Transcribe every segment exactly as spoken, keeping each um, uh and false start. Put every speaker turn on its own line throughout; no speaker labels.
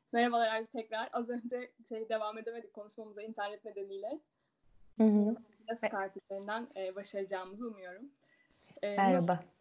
Merhabalar Arzu tekrar. Az önce şey devam edemedik konuşmamıza internet nedeniyle.
Hı hı.
Şimdi Skype üzerinden e, başaracağımızı umuyorum. E, nasıl?
Merhaba.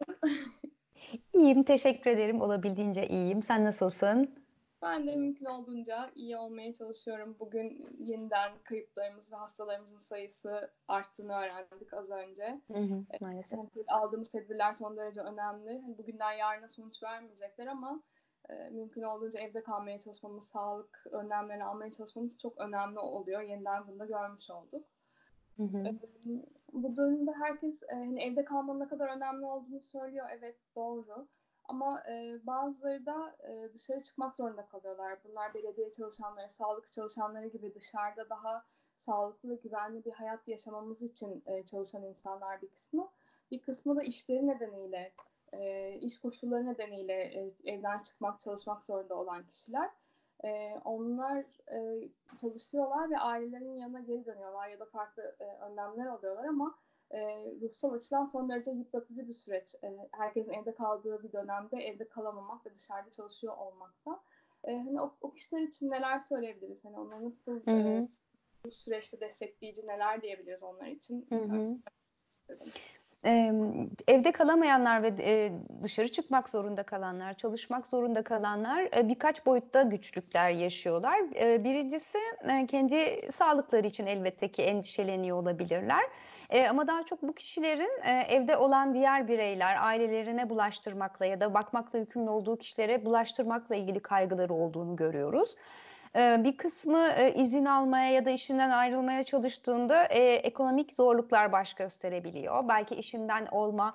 İyiyim, teşekkür ederim. Olabildiğince iyiyim. Sen nasılsın?
Ben de mümkün olduğunca iyi olmaya çalışıyorum. Bugün yeniden kayıplarımız ve hastalarımızın sayısı arttığını öğrendik az önce.
Hı hı,
E,
maalesef.
yani aldığımız tedbirler son derece önemli. Hani bugünden yarına sonuç vermeyecekler ama e, mümkün olduğunca evde kalmaya çalışmamız, sağlık önlemlerini almaya çalışmamız çok önemli oluyor. Yeniden bunu da görmüş olduk.
Hı hı.
Bu durumda herkes e, hani evde kalmanın ne kadar önemli olduğunu söylüyor. Evet, doğru. Ama e, bazıları da e, dışarı çıkmak zorunda kalıyorlar. Bunlar belediye çalışanları, sağlık çalışanları gibi dışarıda daha sağlıklı ve güvenli bir hayat yaşamamız için e, çalışan insanlar bir kısmı. Bir kısmı da işleri nedeniyle, e, iş koşulları nedeniyle e, evden çıkmak, çalışmak zorunda olan kişiler. E, onlar e, çalışıyorlar ve ailelerinin yanına geri dönüyorlar ya da farklı e, önlemler alıyorlar ama e, ruhsal açıdan son derece yıpratıcı bir süreç. E, herkesin evde kaldığı bir dönemde evde kalamamak ve dışarıda çalışıyor olmakta. E, hani o, o kişiler için neler söyleyebiliriz? Hani onları nasıl
Hı
e,
hı.
bu süreçte destekleyici neler diyebiliriz onlar için?
Hı hı.
Dedim.
Ee, Evde kalamayanlar ve e, dışarı çıkmak zorunda kalanlar, çalışmak zorunda kalanlar e, birkaç boyutta güçlükler yaşıyorlar. E, birincisi e, kendi sağlıkları için elbette ki endişeleniyor olabilirler. E, ama daha çok bu kişilerin e, evde olan diğer bireyler, ailelerine bulaştırmakla ya da bakmakla yükümlü olduğu kişilere bulaştırmakla ilgili kaygıları olduğunu görüyoruz. Ee, Bir kısmı e, izin almaya ya da işinden ayrılmaya çalıştığında e, ekonomik zorluklar baş gösterebiliyor. Belki işinden olma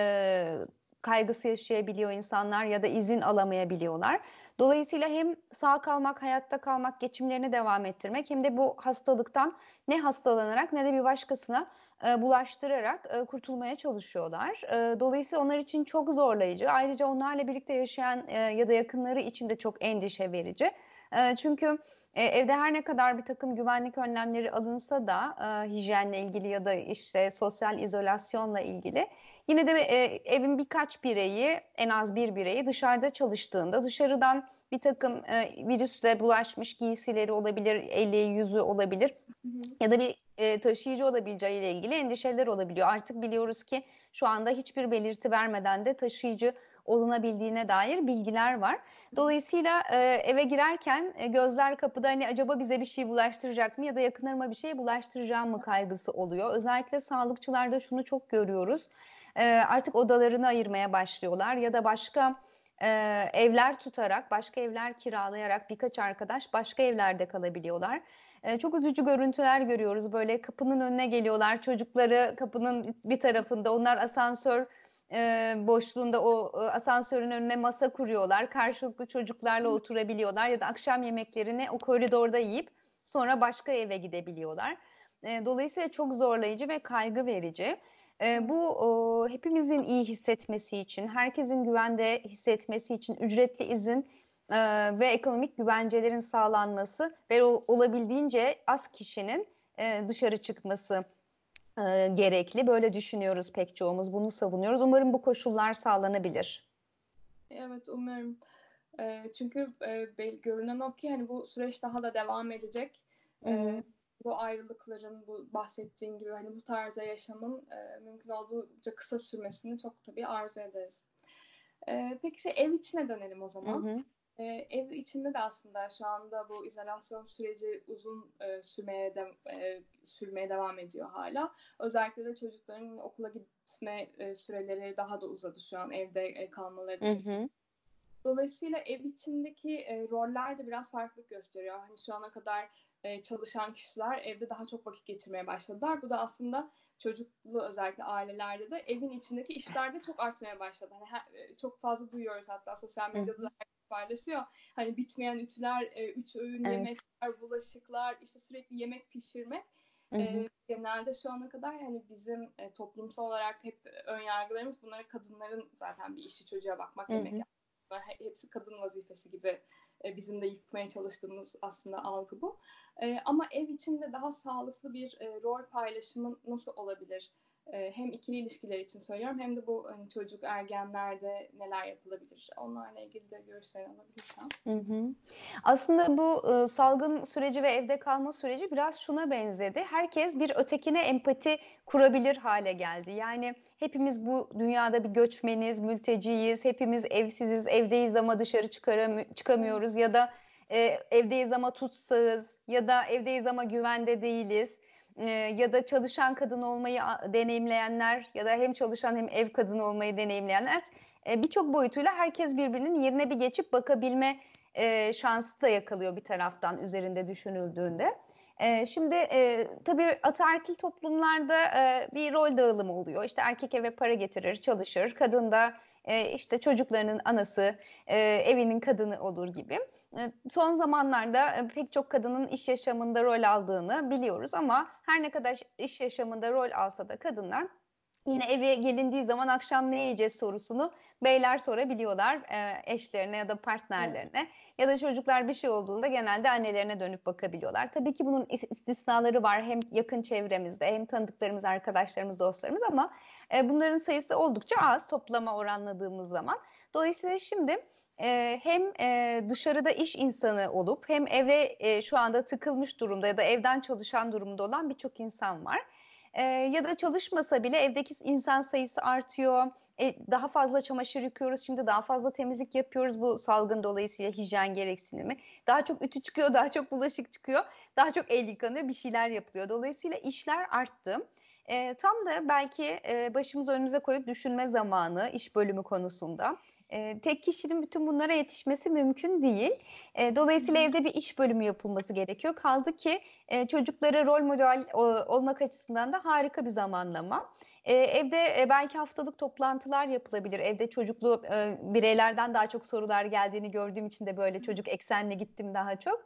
e, kaygısı yaşayabiliyor insanlar ya da izin alamayabiliyorlar. Dolayısıyla hem sağ kalmak, hayatta kalmak, geçimlerini devam ettirmek hem de bu hastalıktan ne hastalanarak ne de bir başkasına e, bulaştırarak e, kurtulmaya çalışıyorlar. E, dolayısıyla onlar için çok zorlayıcı. Ayrıca onlarla birlikte yaşayan e, ya da yakınları için de çok endişe verici. E, çünkü e, evde her ne kadar bir takım güvenlik önlemleri alınsa da e, hijyenle ilgili ya da işte sosyal izolasyonla ilgili yine de e, evin birkaç bireyi en az bir bireyi dışarıda çalıştığında dışarıdan bir takım e, virüsle bulaşmış giysileri olabilir, eli yüzü olabilir
Hı hı.
ya da bir e, taşıyıcı olabileceği ile ilgili endişeler olabiliyor. Artık biliyoruz ki şu anda hiçbir belirti vermeden de taşıyıcı olunabildiğine dair bilgiler var. Dolayısıyla e, eve girerken e, gözler kapıda hani acaba bize bir şey bulaştıracak mı ya da yakınlarıma bir şey bulaştıracağım mı kaygısı oluyor. Özellikle sağlıkçılarda şunu çok görüyoruz. E, artık odalarını ayırmaya başlıyorlar ya da başka e, evler tutarak, başka evler kiralayarak birkaç arkadaş başka evlerde kalabiliyorlar. E, çok üzücü görüntüler görüyoruz. Böyle kapının önüne geliyorlar. Çocukları kapının bir tarafında. Onlar asansör e, boşluğunda o e, asansörün önüne masa kuruyorlar. Karşılıklı çocuklarla oturabiliyorlar ya da akşam yemeklerini o koridorda yiyip sonra başka eve gidebiliyorlar. E, dolayısıyla çok zorlayıcı ve kaygı verici. E, bu o, hepimizin iyi hissetmesi için, herkesin güvende hissetmesi için ücretli izin e, ve ekonomik güvencelerin sağlanması ve o, olabildiğince az kişinin e, dışarı çıkması e, gerekli. Böyle düşünüyoruz pek çoğumuz, bunu savunuyoruz. Umarım bu koşullar sağlanabilir.
Evet, umarım. E, çünkü e, bel- görünen o ki hani bu süreç daha da devam edecek.
Hı
E,
hı.
bu ayrılıkların, bu bahsettiğin gibi hani bu tarzda yaşamın e, mümkün olduğunca kısa sürmesini çok tabii arzu ederiz. E, peki şey, ev içine dönelim o
Hı
zaman.
hı.
E, ev içinde de aslında şu anda bu izolasyon süreci uzun e, sürmeye de, e, sürmeye devam ediyor hala. Özellikle de çocukların okula gitme e, süreleri daha da uzadı şu an. Evde e, kalmaları da
Hı
kesin.
hı.
Dolayısıyla ev içindeki e, roller de biraz farklılık gösteriyor. Hani şu ana kadar e, çalışan kişiler evde daha çok vakit geçirmeye başladılar. Bu da aslında çocuklu özellikle ailelerde de evin içindeki işler de çok artmaya başladı. Hani her, e, çok fazla duyuyoruz, hatta sosyal
Hı
medyada da
hı.
herkes paylaşıyor. Hani bitmeyen ütüler, e, üç öğün
Evet.
yemekler, bulaşıklar, işte sürekli yemek pişirmek.
Hı hı.
E, genelde şu ana kadar hani bizim e, toplumsal olarak hep ön yargılarımız bunlara kadınların zaten bir işi, çocuğa bakmak,
Hı
yemek
hı.
yapmak. Hepsi kadın vazifesi gibi e, bizim de yıkmaya çalıştığımız aslında algı bu. E, ama ev içinde daha sağlıklı bir e, rol paylaşımı nasıl olabilir? E, hem ikili ilişkiler için söylüyorum hem de bu hani çocuk ergenlerde neler yapılabilir? Onlarla ilgili de görüşlerini alabilirsem.
Hı hı. Aslında bu e, salgın süreci ve evde kalma süreci biraz şuna benzedi. Herkes bir ötekine empati kurabilir hale geldi. Yani hepimiz bu dünyada bir göçmeniz, mülteciyiz, hepimiz evsiziz, evdeyiz ama dışarı çıkaram- çıkamıyoruz ya da e, evdeyiz ama tutsağız ya da evdeyiz ama güvende değiliz. E, ya da çalışan kadın olmayı a- deneyimleyenler ya da hem çalışan hem ev kadını olmayı deneyimleyenler e, birçok boyutuyla herkes birbirinin yerine bir geçip bakabilme e, şansı da yakalıyor bir taraftan üzerinde düşünüldüğünde. E, şimdi e, tabii ataerkil toplumlarda e, bir rol dağılımı oluyor. İşte erkek eve para getirir, çalışır. Kadın da e, işte çocuklarının anası, e, evinin kadını olur gibi. E, son zamanlarda e, pek çok kadının iş yaşamında rol aldığını biliyoruz ama her ne kadar iş yaşamında rol alsa da kadınlar yine eve gelindiği zaman akşam ne yiyeceğiz sorusunu beyler sorabiliyorlar e, eşlerine ya da partnerlerine. Evet. Ya da çocuklar bir şey olduğunda genelde annelerine dönüp bakabiliyorlar. Tabii ki bunun istisnaları var hem yakın çevremizde hem tanıdıklarımız, arkadaşlarımız, dostlarımız ama e, bunların sayısı oldukça az toplama oranladığımız zaman. Dolayısıyla şimdi e, hem e, dışarıda iş insanı olup hem eve e, şu anda tıkılmış durumda ya da evden çalışan durumda olan birçok insan var. Ee, ya da çalışmasa bile evdeki insan sayısı artıyor. E, daha fazla çamaşır yıkıyoruz. Şimdi daha fazla temizlik yapıyoruz bu salgın dolayısıyla hijyen gereksinimi. Daha çok ütü çıkıyor, daha çok bulaşık çıkıyor. Daha çok el yıkanıyor, bir şeyler yapılıyor. Dolayısıyla işler arttı. E, tam da belki e, başımızı önümüze koyup düşünme zamanı iş bölümü konusunda. E, tek kişinin bütün bunlara yetişmesi mümkün değil. E, dolayısıyla evde bir iş bölümü yapılması gerekiyor. Kaldı ki e, çocuklara rol model o, olmak açısından da harika bir zamanlama. E, evde e, belki haftalık toplantılar yapılabilir. Evde çocuklu e, bireylerden daha çok sorular geldiğini gördüğüm için de böyle çocuk eksenli gittim daha çok.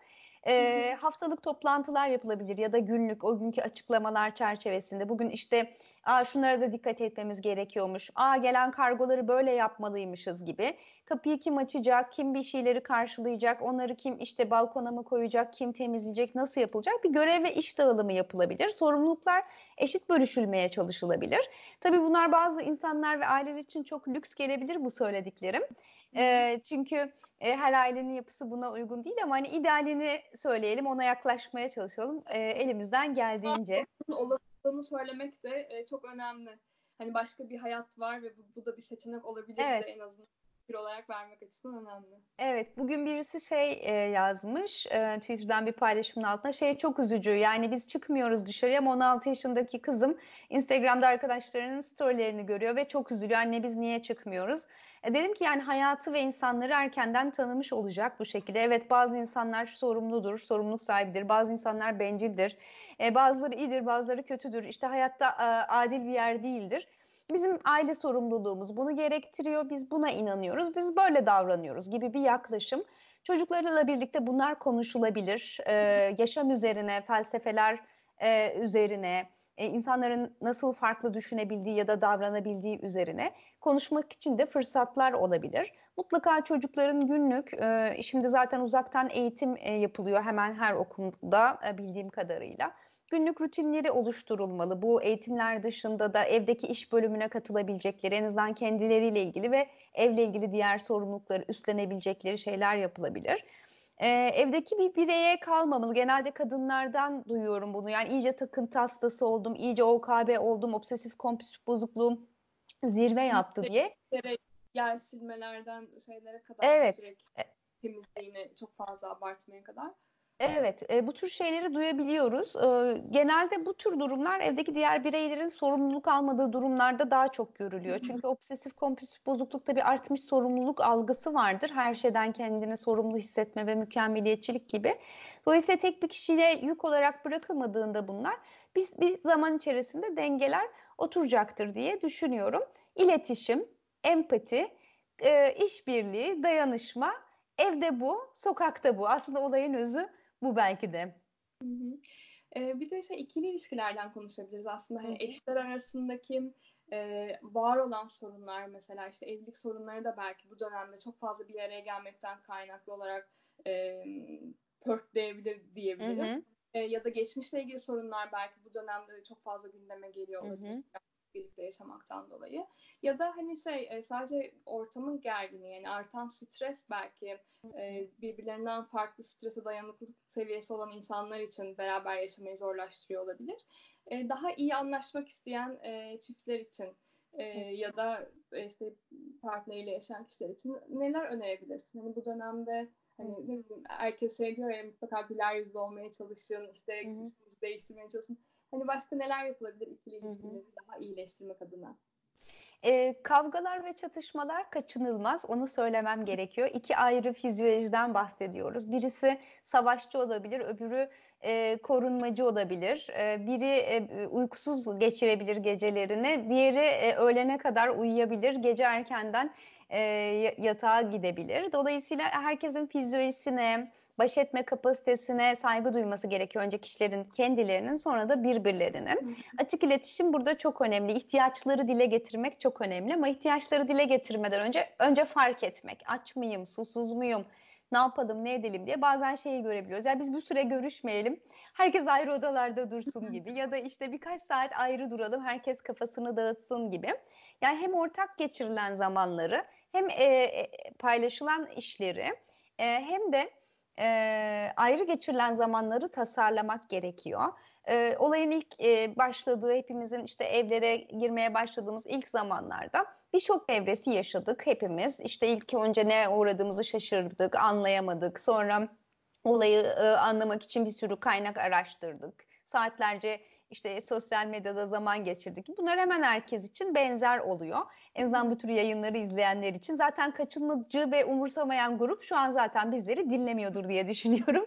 E, haftalık toplantılar yapılabilir ya da günlük o günkü açıklamalar çerçevesinde. Bugün işte Aa, şunlara da dikkat etmemiz gerekiyormuş. Aa, gelen kargoları böyle yapmalıymışız gibi. Kapıyı kim açacak, kim bir şeyleri karşılayacak, onları kim işte balkona mı koyacak, kim temizleyecek, nasıl yapılacak? Bir görev ve iş dağılımı yapılabilir. Sorumluluklar eşit bölüşülmeye çalışılabilir. Tabii bunlar bazı insanlar ve aileler için çok lüks gelebilir bu söylediklerim. E, çünkü e, her ailenin yapısı buna uygun değil ama hani idealini söyleyelim, ona yaklaşmaya çalışalım e, elimizden geldiğince.
Olasılığını söylemek de e, çok önemli. Hani başka bir hayat var ve bu, bu da bir seçenek olabilir
Evet.
de en azından bir olarak vermek açısından önemli.
Evet, bugün birisi şey e, yazmış e, Twitter'dan bir paylaşımın altına şey çok üzücü yani biz çıkmıyoruz dışarıya ama on altı yaşındaki kızım Instagram'da arkadaşlarının storylerini görüyor ve çok üzülüyor anne biz niye çıkmıyoruz? E, dedim ki yani hayatı ve insanları erkenden tanımış olacak bu şekilde. Evet bazı insanlar sorumludur, sorumluluk sahibidir, bazı insanlar bencildir, e, bazıları iyidir, bazıları kötüdür. İşte hayatta e, adil bir yer değildir. Bizim aile sorumluluğumuz bunu gerektiriyor. Biz buna inanıyoruz. Biz böyle davranıyoruz gibi bir yaklaşım. Çocuklarla birlikte bunlar konuşulabilir. Ee, yaşam üzerine, felsefeler e, üzerine, e, insanların nasıl farklı düşünebildiği ya da davranabildiği üzerine konuşmak için de fırsatlar olabilir. Mutlaka çocukların günlük, e, şimdi zaten uzaktan eğitim e, yapılıyor hemen her okulda e, bildiğim kadarıyla. Günlük rutinleri oluşturulmalı. Bu eğitimler dışında da evdeki iş bölümüne katılabilecekleri, en azından kendileriyle ilgili ve evle ilgili diğer sorumlulukları üstlenebilecekleri şeyler yapılabilir. Ee, evdeki bir bireye kalmamalı. Genelde kadınlardan duyuyorum bunu. Yani iyice takıntı hastası oldum, iyice O K B oldum, obsesif kompulsif bozukluğum zirve yaptı diye.
Yer silmelerden şeylere kadar
Evet.
sürekli temizliğini çok fazla abartmaya kadar.
Evet, e, bu tür şeyleri duyabiliyoruz. E, genelde bu tür durumlar evdeki diğer bireylerin sorumluluk almadığı durumlarda daha çok görülüyor. Çünkü obsesif kompulsif bozuklukta bir artmış sorumluluk algısı vardır. Her şeyden kendini sorumlu hissetme ve mükemmeliyetçilik gibi. Dolayısıyla tek bir kişiye yük olarak bırakılmadığında bunlar bir, bir zaman içerisinde dengeler oturacaktır diye düşünüyorum. İletişim, empati, e, işbirliği, dayanışma, evde bu, sokakta bu. Aslında olayın özü bu belki de.
Hı hı. Ee, bir de şey ikili ilişkilerden konuşabiliriz aslında. Hani
Hı hı.
eşler arasındaki e, var olan sorunlar mesela işte evlilik sorunları da belki bu dönemde çok fazla bir araya gelmekten kaynaklı olarak e, pörtleyebilir
Hı
diyebilirim.
hı.
E, ya da geçmişle ilgili sorunlar belki bu dönemde çok fazla gündeme geliyor
Hı
olabilir.
hı.
birlikte yaşamaktan dolayı. Ya da hani şey e, sadece ortamın gerginliği, yani artan stres belki e, birbirlerinden farklı strese dayanıklılık seviyesi olan insanlar için beraber yaşamayı zorlaştırıyor olabilir. E, daha iyi anlaşmak isteyen e, çiftler için e, ya da e, işte partneriyle yaşayan kişiler için neler önerebilirsin? Hani bu dönemde hani ne bileyim, herkes şey diyor ya, mutlaka güler yüzlü olmaya çalışın, işte üstünüzü değiştirmeye çalışın. Hani başka neler yapılabilir ikili ilişkileri daha iyileştirmek adına?
E, kavgalar ve çatışmalar kaçınılmaz, onu söylemem gerekiyor. İki ayrı fizyolojiden bahsediyoruz. Birisi savaşçı olabilir, öbürü e, korunmacı olabilir. E, biri e, uykusuz geçirebilir gecelerini, diğeri e, öğlene kadar uyuyabilir, gece erkenden e, yatağa gidebilir. Dolayısıyla herkesin fizyolojisine, baş etme kapasitesine saygı duyması gerekiyor. Önce kişilerin kendilerinin, sonra da birbirlerinin. Açık iletişim burada çok önemli. İhtiyaçları dile getirmek çok önemli ama ihtiyaçları dile getirmeden önce önce fark etmek. Aç mıyım, susuz muyum, ne yapalım, ne edelim diye bazen şeyi görebiliyoruz. Yani biz bu süre görüşmeyelim, herkes ayrı odalarda dursun gibi ya da işte birkaç saat ayrı duralım, herkes kafasını dağıtsın gibi. Yani hem ortak geçirilen zamanları, hem e, e, paylaşılan işleri, e, hem de e, ayrı geçirilen zamanları tasarlamak gerekiyor. E, olayın ilk e, başladığı, hepimizin işte evlere girmeye başladığımız ilk zamanlarda bir şok evresi yaşadık hepimiz. İşte ilk önce ne uğradığımızı şaşırdık, anlayamadık. Sonra olayı e, anlamak için bir sürü kaynak araştırdık. Saatlerce işte sosyal medyada zaman geçirdik. Bunlar hemen herkes için benzer oluyor. En azından bu tür yayınları izleyenler için. Zaten kaçınmacı ve umursamayan grup şu an zaten bizleri dinlemiyordur diye düşünüyorum.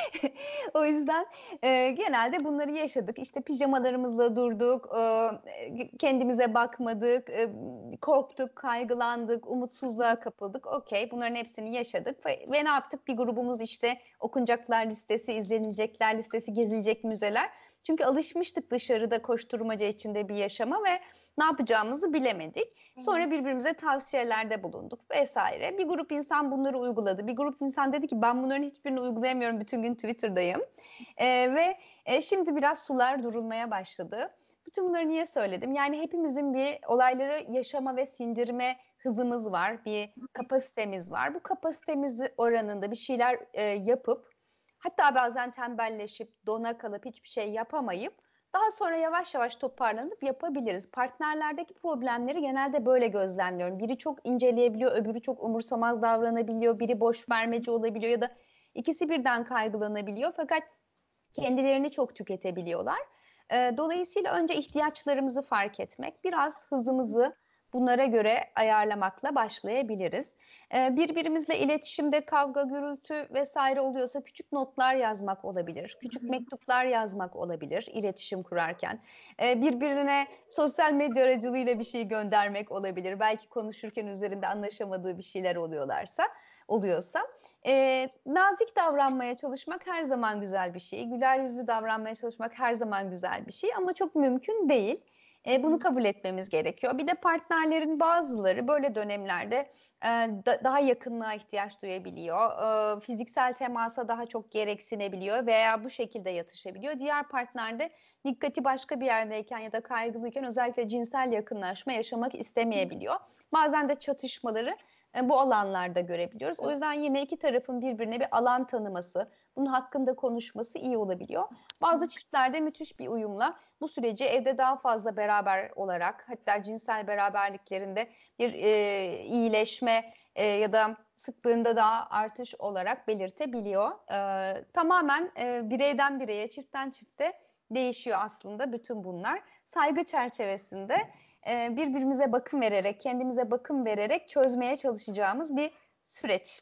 O yüzden e, genelde bunları yaşadık. İşte pijamalarımızla durduk, e, kendimize bakmadık, e, korktuk, kaygılandık, umutsuzluğa kapıldık. Okey, bunların hepsini yaşadık ve, ve ne yaptık? Bir grubumuz işte okunacaklar listesi, izlenilecekler listesi, gezilecek müzeler. Çünkü alışmıştık dışarıda koşturmaca içinde bir yaşama ve ne yapacağımızı bilemedik. Sonra birbirimize tavsiyelerde bulunduk vesaire. Bir grup insan bunları uyguladı. Bir grup insan dedi ki ben bunların hiçbirini uygulayamıyorum, bütün gün Twitter'dayım. Ee, ve e, şimdi biraz sular durulmaya başladı. Bütün bunları niye söyledim? Yani hepimizin bir olayları yaşama ve sindirme hızımız var, bir kapasitemiz var. Bu kapasitemiz oranında bir şeyler e, yapıp, hatta bazen tembelleşip, dona kalıp hiçbir şey yapamayıp daha sonra yavaş yavaş toparlanıp yapabiliriz. Partnerlerdeki problemleri genelde böyle gözlemliyorum. Biri çok inceleyebiliyor, öbürü çok umursamaz davranabiliyor, biri boş vermeci olabiliyor ya da ikisi birden kaygılanabiliyor. Fakat kendilerini çok tüketebiliyorlar. Dolayısıyla önce ihtiyaçlarımızı fark etmek, biraz hızımızı bunlara göre ayarlamakla başlayabiliriz. Birbirimizle iletişimde kavga, gürültü vesaire oluyorsa küçük notlar yazmak olabilir. Küçük mektuplar yazmak olabilir iletişim kurarken. Birbirine sosyal medya aracılığıyla bir şey göndermek olabilir. Belki konuşurken üzerinde anlaşamadığı bir şeyler oluyorlarsa, oluyorsa. E, nazik davranmaya çalışmak her zaman güzel bir şey. Güler yüzlü davranmaya çalışmak her zaman güzel bir şey ama çok mümkün değil. E, bunu kabul etmemiz gerekiyor. Bir de partnerlerin bazıları böyle dönemlerde e, da, daha yakınlığa ihtiyaç duyabiliyor. E, fiziksel temasa daha çok gereksinebiliyor veya bu şekilde yatışabiliyor. Diğer partnerde dikkati başka bir yerdeyken ya da kaygılıyken özellikle cinsel yakınlaşma yaşamak istemeyebiliyor. Bazen de çatışmaları bu alanlarda görebiliyoruz. O yüzden yine iki tarafın birbirine bir alan tanıması, bunun hakkında konuşması iyi olabiliyor. Bazı çiftlerde müthiş bir uyumla bu süreci evde daha fazla beraber olarak, hatta cinsel beraberliklerinde bir e, iyileşme e, ya da sıklığında daha artış olarak belirtebiliyor. E, tamamen e, bireyden bireye, çiftten çifte değişiyor aslında bütün bunlar. Saygı çerçevesinde birbirimize bakım vererek, kendimize bakım vererek çözmeye çalışacağımız bir süreç.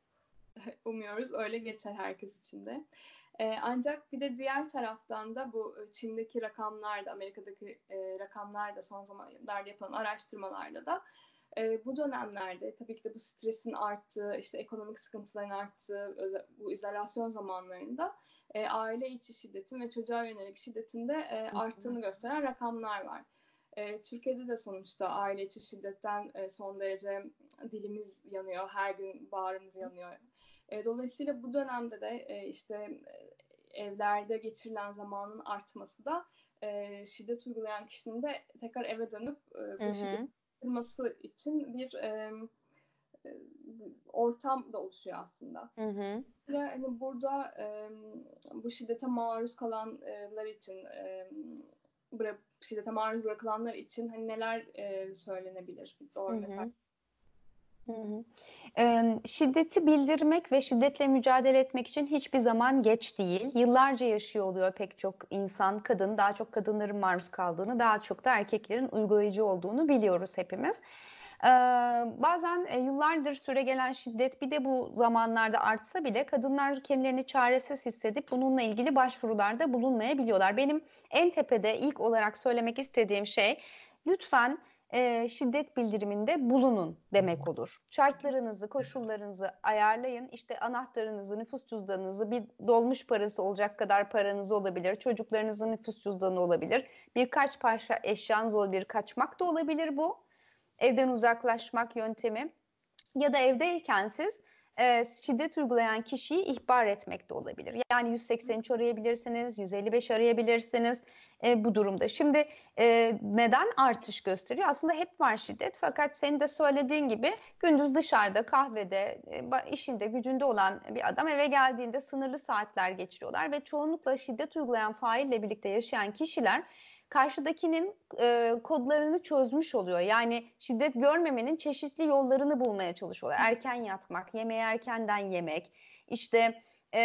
Umuyoruz öyle geçer herkes için de. Ee, ancak bir de diğer taraftan da bu Çin'deki rakamlar da, Amerika'daki e, rakamlar da, son zamanlarda yapılan araştırmalarda da e, bu dönemlerde tabii ki de bu stresin arttığı, işte ekonomik sıkıntıların arttığı, bu izolasyon zamanlarında e, aile içi şiddetin ve çocuğa yönelik şiddetin de e, arttığını gösteren rakamlar var. E, Türkiye'de de sonuçta aile içi şiddetten e, son derece dilimiz yanıyor, her gün bağrımız yanıyor. E, dolayısıyla bu dönemde de e, işte e, evlerde geçirilen zamanın artması da e, şiddet uygulayan kişinin de tekrar eve dönüp e, bu
Hı hı.
şiddet yapılması için bir e, e, ortam da oluşuyor aslında.
Hı hı.
Ve hani burada e, bu şiddete maruz kalanlar için e, bırak, şiddete maruz bırakılanlar için hani neler e, söylenebilir? Doğru
Hı
mesaj.
hı. Hı hı. Eee, şiddeti bildirmek ve şiddetle mücadele etmek için hiçbir zaman geç değil. Yıllarca yaşıyor oluyor pek çok insan, kadın, daha çok kadınların maruz kaldığını, daha çok da erkeklerin uygulayıcı olduğunu biliyoruz hepimiz. Eee, bazen e, yıllardır süregelen şiddet bir de bu zamanlarda artsa bile kadınlar kendilerini çaresiz hissedip bununla ilgili başvurularda bulunmayabiliyorlar. Benim en tepede ilk olarak söylemek istediğim şey, lütfen e, şiddet bildiriminde bulunun demek olur. Şartlarınızı, koşullarınızı ayarlayın. İşte anahtarınızı, nüfus cüzdanınızı, bir dolmuş parası olacak kadar paranız olabilir. Çocuklarınızın nüfus cüzdanı olabilir. Birkaç parça eşyanız olabilir. Kaçmak da olabilir bu. Evden uzaklaşmak yöntemi. Ya da evdeyken siz e, şiddet uygulayan kişiyi ihbar etmek de olabilir. Yani yüz seksen üç arayabilirsiniz, yüz elli beş arayabilirsiniz e, bu durumda. Şimdi e, neden artış gösteriyor? Aslında hep var şiddet, fakat senin de söylediğin gibi gündüz dışarıda, kahvede, e, işinde, gücünde olan bir adam eve geldiğinde sınırlı saatler geçiriyorlar ve çoğunlukla şiddet uygulayan faille birlikte yaşayan kişiler karşıdakinin e, kodlarını çözmüş oluyor. Yani şiddet görmemenin çeşitli yollarını bulmaya çalışıyorlar. Erken yatmak, yemeği erkenden yemek, işte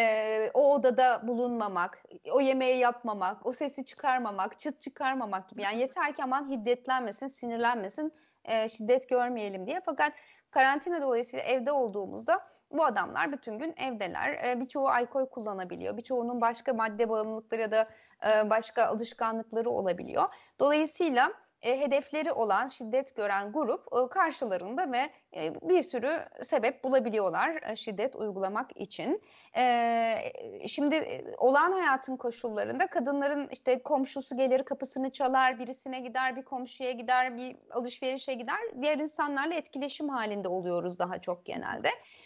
e, o odada bulunmamak, o yemeği yapmamak, o sesi çıkarmamak, çıt çıkarmamak gibi. Yani yeter ki aman hiddetlenmesin, sinirlenmesin, e, şiddet görmeyelim diye. Fakat karantina dolayısıyla evde olduğumuzda bu adamlar bütün gün evdeler. E, birçoğu alkol kullanabiliyor, birçoğunun başka madde bağımlılıkları ya da başka alışkanlıkları olabiliyor. Dolayısıyla e, hedefleri olan şiddet gören grup e, karşılarında ve e, bir sürü sebep bulabiliyorlar e, şiddet uygulamak için. E, şimdi olağan hayatın koşullarında kadınların işte komşusu gelir kapısını çalar, birisine gider, bir komşuya gider, bir alışverişe gider. Diğer insanlarla etkileşim halinde oluyoruz daha çok genelde.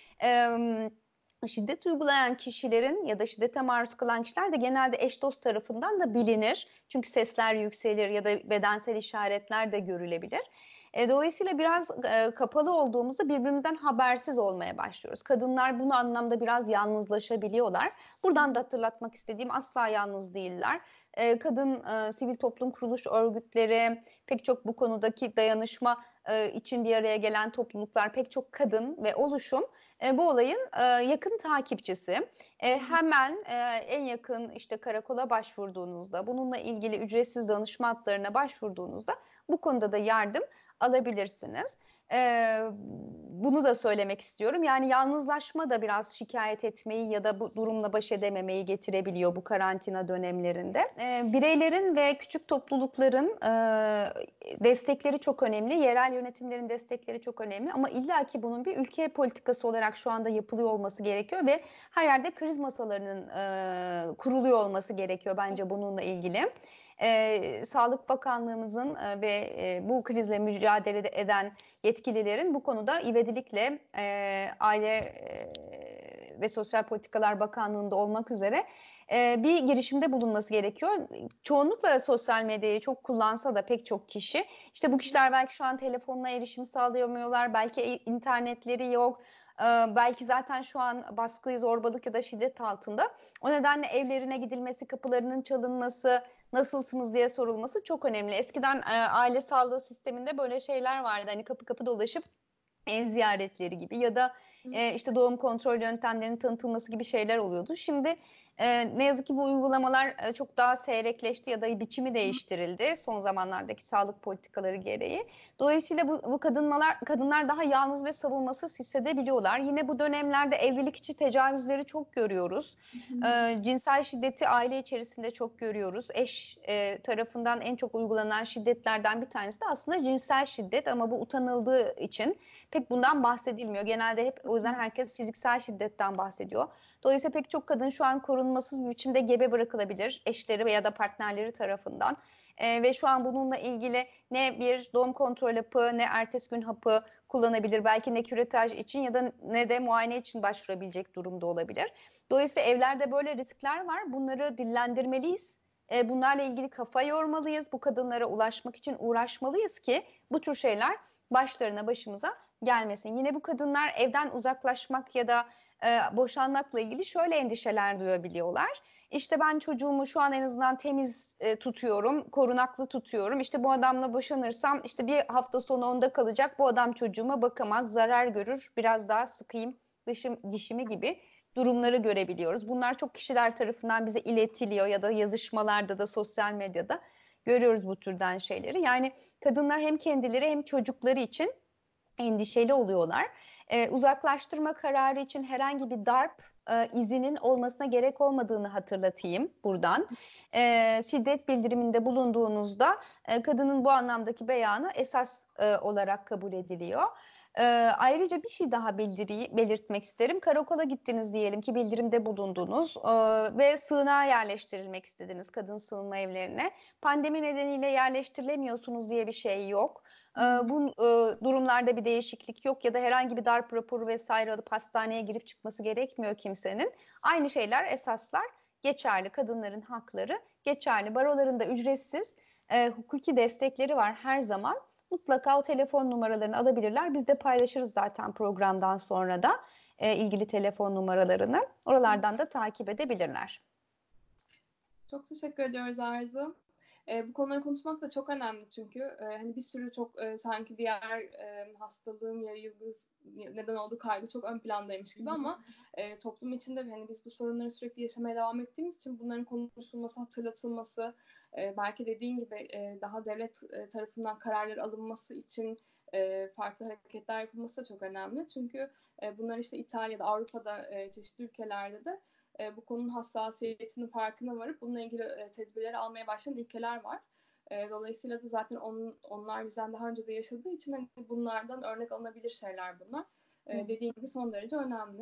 Evet. Şiddet uygulayan kişilerin ya da şiddete maruz kalan kişiler de genelde eş dost tarafından da bilinir. Çünkü sesler yükselir ya da bedensel işaretler de görülebilir. E, dolayısıyla biraz e, kapalı olduğumuzda birbirimizden habersiz olmaya başlıyoruz. Kadınlar bu anlamda biraz yalnızlaşabiliyorlar. Buradan da hatırlatmak istediğim, asla yalnız değiller. E, kadın e, sivil toplum kuruluş örgütleri, pek çok bu konudaki dayanışma e, için bir araya gelen topluluklar, pek çok kadın ve oluşum e, bu olayın e, yakın takipçisi. E, hemen e, en yakın işte karakola başvurduğunuzda, bununla ilgili ücretsiz danışma hatlarına başvurduğunuzda bu konuda da yardım alabilirsiniz. Ee, bunu da söylemek istiyorum. Yani yalnızlaşma da biraz şikayet etmeyi ya da bu durumla baş edememeyi getirebiliyor bu karantina dönemlerinde. Ee, bireylerin ve küçük toplulukların e, destekleri çok önemli. Yerel yönetimlerin destekleri çok önemli. Ama illaki bunun bir ülke politikası olarak şu anda yapılıyor olması gerekiyor ve her yerde kriz masalarının e, kuruluyor olması gerekiyor bence bununla ilgili. Ee, Sağlık Bakanlığımızın e, ve e, bu krizle mücadele eden yetkililerin bu konuda ivedilikle e, Aile e, ve Sosyal Politikalar Bakanlığı'nda olmak üzere e, bir girişimde bulunması gerekiyor. Çoğunlukla sosyal medyayı çok kullansa da pek çok kişi, işte bu kişiler belki şu an telefonla erişim sağlayamıyorlar, belki internetleri yok. Belki zaten şu an baskı, zorbalık ya da şiddet altında. O nedenle evlerine gidilmesi, kapılarının çalınması, nasılsınız diye sorulması çok önemli. Eskiden e, aile sağlığı sisteminde böyle şeyler vardı. Hani kapı kapı dolaşıp ev ziyaretleri gibi ya da e, işte doğum kontrol yöntemlerinin tanıtılması gibi şeyler oluyordu. Şimdi e, ne yazık ki bu uygulamalar e, çok daha seyrekleşti ya da biçimi değiştirildi son zamanlardaki sağlık politikaları gereği. Dolayısıyla bu, bu kadınlar kadınlar daha yalnız ve savunmasız hissedebiliyorlar. Yine bu dönemlerde evlilik içi tecavüzleri çok görüyoruz. E, cinsel şiddeti aile içerisinde çok görüyoruz. Eş e, tarafından en çok uygulanan şiddetlerden bir tanesi de aslında cinsel şiddet, ama bu utanıldığı için pek bundan bahsedilmiyor. Genelde hep o yüzden herkes fiziksel şiddetten bahsediyor. Dolayısıyla pek çok kadın şu an korunmasız bir biçimde gebe bırakılabilir eşleri veya da partnerleri tarafından. Ee, ve şu an bununla ilgili ne bir doğum kontrol hapı ne ertesi gün hapı kullanabilir. Belki ne küretaj için ya da ne de muayene için başvurabilecek durumda olabilir. Dolayısıyla evlerde böyle riskler var. Bunları dillendirmeliyiz. e, bunlarla ilgili kafa yormalıyız. Bu kadınlara ulaşmak için uğraşmalıyız ki bu tür şeyler başlarına, başımıza gelmesin. Yine bu kadınlar evden uzaklaşmak ya da e, boşanmakla ilgili şöyle endişeler duyabiliyorlar. İşte ben çocuğumu şu an en azından temiz e, tutuyorum, korunaklı tutuyorum. İşte bu adamla boşanırsam işte bir hafta sonu onda kalacak. Bu adam çocuğuma bakamaz, zarar görür. Biraz daha sıkayım dişim, dişimi gibi durumları görebiliyoruz. Bunlar çok kişiler tarafından bize iletiliyor ya da yazışmalarda da sosyal medyada görüyoruz bu türden şeyleri. Yani kadınlar hem kendileri hem çocukları için endişeli oluyorlar. Ee, uzaklaştırma kararı için herhangi bir darp e, izinin olmasına gerek olmadığını hatırlatayım buradan. Ee, şiddet bildiriminde bulunduğunuzda e, kadının bu anlamdaki beyanı esas e, olarak kabul ediliyor. Ee, ayrıca bir şey daha bildiri, belirtmek isterim. Karakola gittiniz diyelim ki, bildirimde bulundunuz e, ve sığınağa yerleştirilmek istediniz, kadın sığınma evlerine. Pandemi nedeniyle yerleştirilemiyorsunuz diye bir şey yok. E, bu e, durumlarda bir değişiklik yok ya da herhangi bir darp raporu vesaire alıp hastaneye girip çıkması gerekmiyor kimsenin. Aynı şeyler, esaslar geçerli. Kadınların hakları geçerli. Baroların da ücretsiz e, hukuki destekleri var her zaman. Mutlaka o telefon numaralarını alabilirler. Biz de paylaşırız zaten programdan sonra da e, ilgili telefon numaralarını. Oralardan da takip edebilirler.
Çok teşekkür ediyoruz Arzu. E, bu konuları konuşmak da çok önemli çünkü e, hani bir sürü çok e, sanki diğer e, hastalığın yayıldığı neden olduğu kaygı çok ön plandaymış gibi, ama e, toplum içinde hani biz bu sorunları sürekli yaşamaya devam ettiğimiz için bunların konuşulması, hatırlatılması, e, belki dediğin gibi e, daha devlet e, tarafından kararlar alınması için e, farklı hareketler yapılması da çok önemli. Çünkü e, bunlar işte İtalya'da, Avrupa'da, e, çeşitli ülkelerde de e, bu konunun hassasiyetinin farkına varıp bununla ilgili e, tedbirleri almaya başlayan ülkeler var. E, dolayısıyla da zaten on, onlar bizden daha önce de yaşadığı için hani bunlardan örnek alınabilir şeyler bunlar. E, dediğim gibi son derece önemli.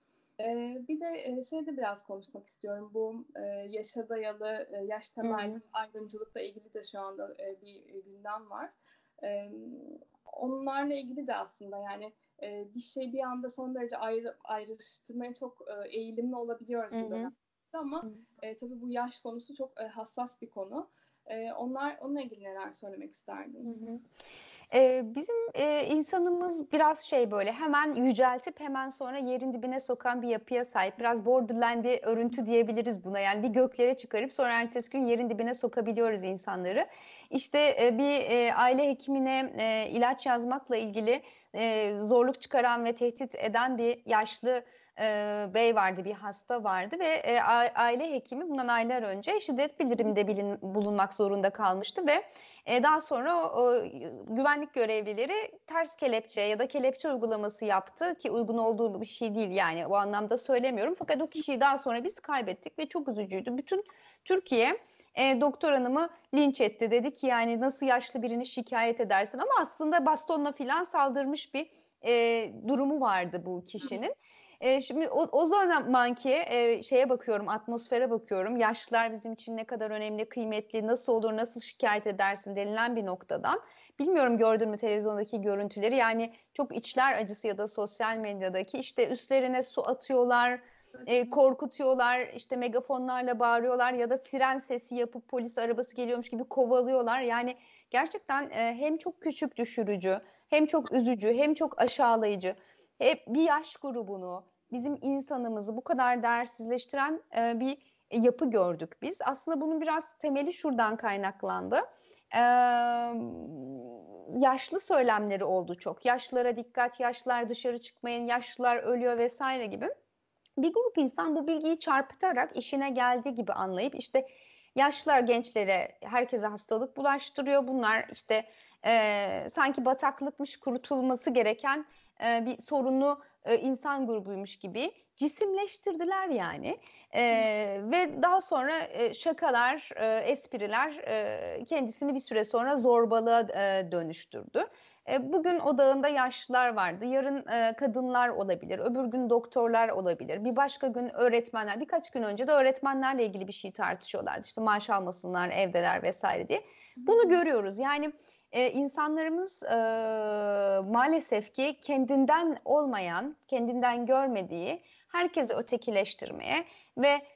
E, bir de e, şeyde biraz konuşmak istiyorum. Bu e, yaşa dayalı, e, yaş temelli ayrımcılıkla ilgili de şu anda e, bir e, gündem var. E, onlarla ilgili de aslında yani e, bir şey bir anda son derece ayrı, ayrıştırmaya çok e, eğilimli olabiliyoruz bu dönemde, ama e, tabii bu yaş konusu çok e, hassas bir konu. E, onlar onunla ilgili neler söylemek isterdin?
Hı hı. Ee, bizim e, insanımız biraz şey, böyle hemen yüceltip hemen sonra yerin dibine sokan bir yapıya sahip. Biraz borderline bir örüntü diyebiliriz buna. Yani bir göklere çıkarıp sonra ertesi gün yerin dibine sokabiliyoruz insanları. İşte e, bir e, aile hekimine e, ilaç yazmakla ilgili e, zorluk çıkaran ve tehdit eden bir yaşlı e, bey vardı, bir hasta vardı ve e, aile hekimi bundan aylar önce şiddet bildiriminde bilin, bulunmak zorunda kalmıştı ve e, daha sonra o, o güvenlik görevlileri ters kelepçe ya da kelepçe uygulaması yaptı ki uygun olduğu bir şey değil, yani o anlamda söylemiyorum. Fakat o kişiyi daha sonra biz kaybettik ve çok üzücüydü. Bütün Türkiye e, doktor hanımı linç etti. Dedi ki yani nasıl yaşlı birini şikayet edersin, ama aslında bastonla filan saldırmış bir e, durumu vardı bu kişinin. E, şimdi o, o zamanki e, şeye bakıyorum, atmosfere bakıyorum. Yaşlılar bizim için ne kadar önemli, kıymetli, nasıl olur, nasıl şikayet edersin denilen bir noktadan. Bilmiyorum, gördün mü televizyondaki görüntüleri? Yani çok içler acısı ya da sosyal medyadaki, işte üstlerine su atıyorlar, e, korkutuyorlar, işte megafonlarla bağırıyorlar ya da siren sesi yapıp polis arabası geliyormuş gibi kovalıyorlar. Yani gerçekten e, hem çok küçük düşürücü, hem çok üzücü, hem çok aşağılayıcı. Hep bir yaş grubunu, bizim insanımızı bu kadar değersizleştiren e, bir yapı gördük biz. Aslında bunun biraz temeli şuradan kaynaklandı. Ee, yaşlı söylemleri oldu çok. Yaşlılara dikkat, yaşlılar dışarı çıkmayın, yaşlılar ölüyor vesaire gibi. Bir grup insan bu bilgiyi çarpıtarak işine geldiği gibi anlayıp işte yaşlılar gençlere, herkese hastalık bulaştırıyor. Bunlar işte e, sanki bataklıkmış, kurutulması gereken e, bir sorunlu e, insan grubuymuş gibi cisimleştirdiler yani. E, ve daha sonra e, şakalar, e, espriler e, kendisini bir süre sonra zorbalığa e, dönüştürdü. E, bugün odağında yaşlılar vardı, yarın e, kadınlar olabilir, öbür gün doktorlar olabilir, bir başka gün öğretmenler. Birkaç gün önce de öğretmenlerle ilgili bir şey tartışıyorlardı. İşte maaş almasınlar, evdeler vesaire diye. Bunu görüyoruz. Yani e, insanlarımız e, maalesef ki kendinden olmayan, kendinden görmediği herkesi ötekileştirmeye ve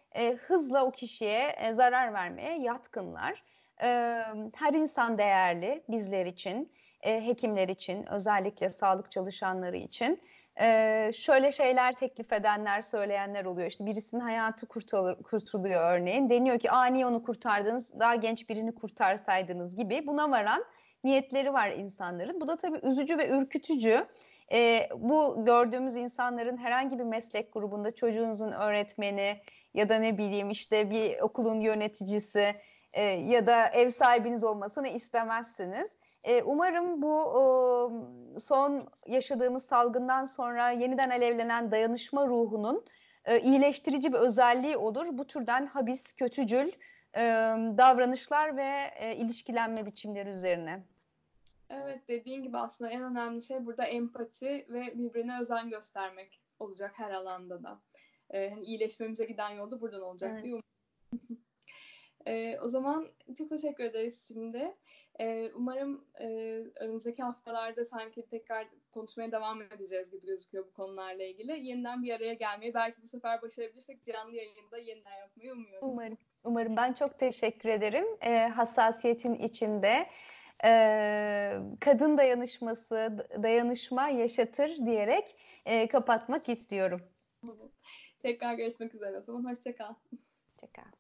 e, hızla o kişiye e, zarar vermeye yatkınlar. E, her insan değerli bizler için, e, hekimler için, özellikle sağlık çalışanları için. Ee, şöyle şeyler teklif edenler, söyleyenler oluyor. İşte birisinin hayatı kurtulur, kurtuluyor örneğin. Deniyor ki, aa, niye onu kurtardınız? Daha genç birini kurtarsaydınız gibi. Buna varan niyetleri var insanların. Bu da tabii üzücü ve ürkütücü. Ee, bu gördüğümüz insanların herhangi bir meslek grubunda çocuğunuzun öğretmeni ya da ne bileyim işte bir okulun yöneticisi e, ya da ev sahibiniz olmasını istemezsiniz. E, umarım bu e, son yaşadığımız salgından sonra yeniden alevlenen dayanışma ruhunun e, iyileştirici bir özelliği olur. Bu türden habis, kötücül e, davranışlar ve e, ilişkilenme biçimleri üzerine.
Evet, dediğin gibi aslında en önemli şey burada empati ve birbirine özen göstermek olacak her alanda da. Ee, hani iyileşmemize giden yolda buradan olacak
Evet.
diye umuyorum. Ee, o zaman çok teşekkür ederiz şimdi. Ee, umarım e, önümüzdeki haftalarda sanki tekrar konuşmaya devam edeceğiz gibi gözüküyor bu konularla ilgili. Yeniden bir araya gelmeyi, belki bu sefer başarabilirsek canlı yayında yeniden yapmayı umuyorum.
Umarım. Umarım. Ben çok teşekkür ederim. E, hassasiyetin içinde e, kadın dayanışması, dayanışma yaşatır diyerek e, kapatmak istiyorum.
Tekrar görüşmek üzere o zaman. Hoşça kal.
Hoşça kal.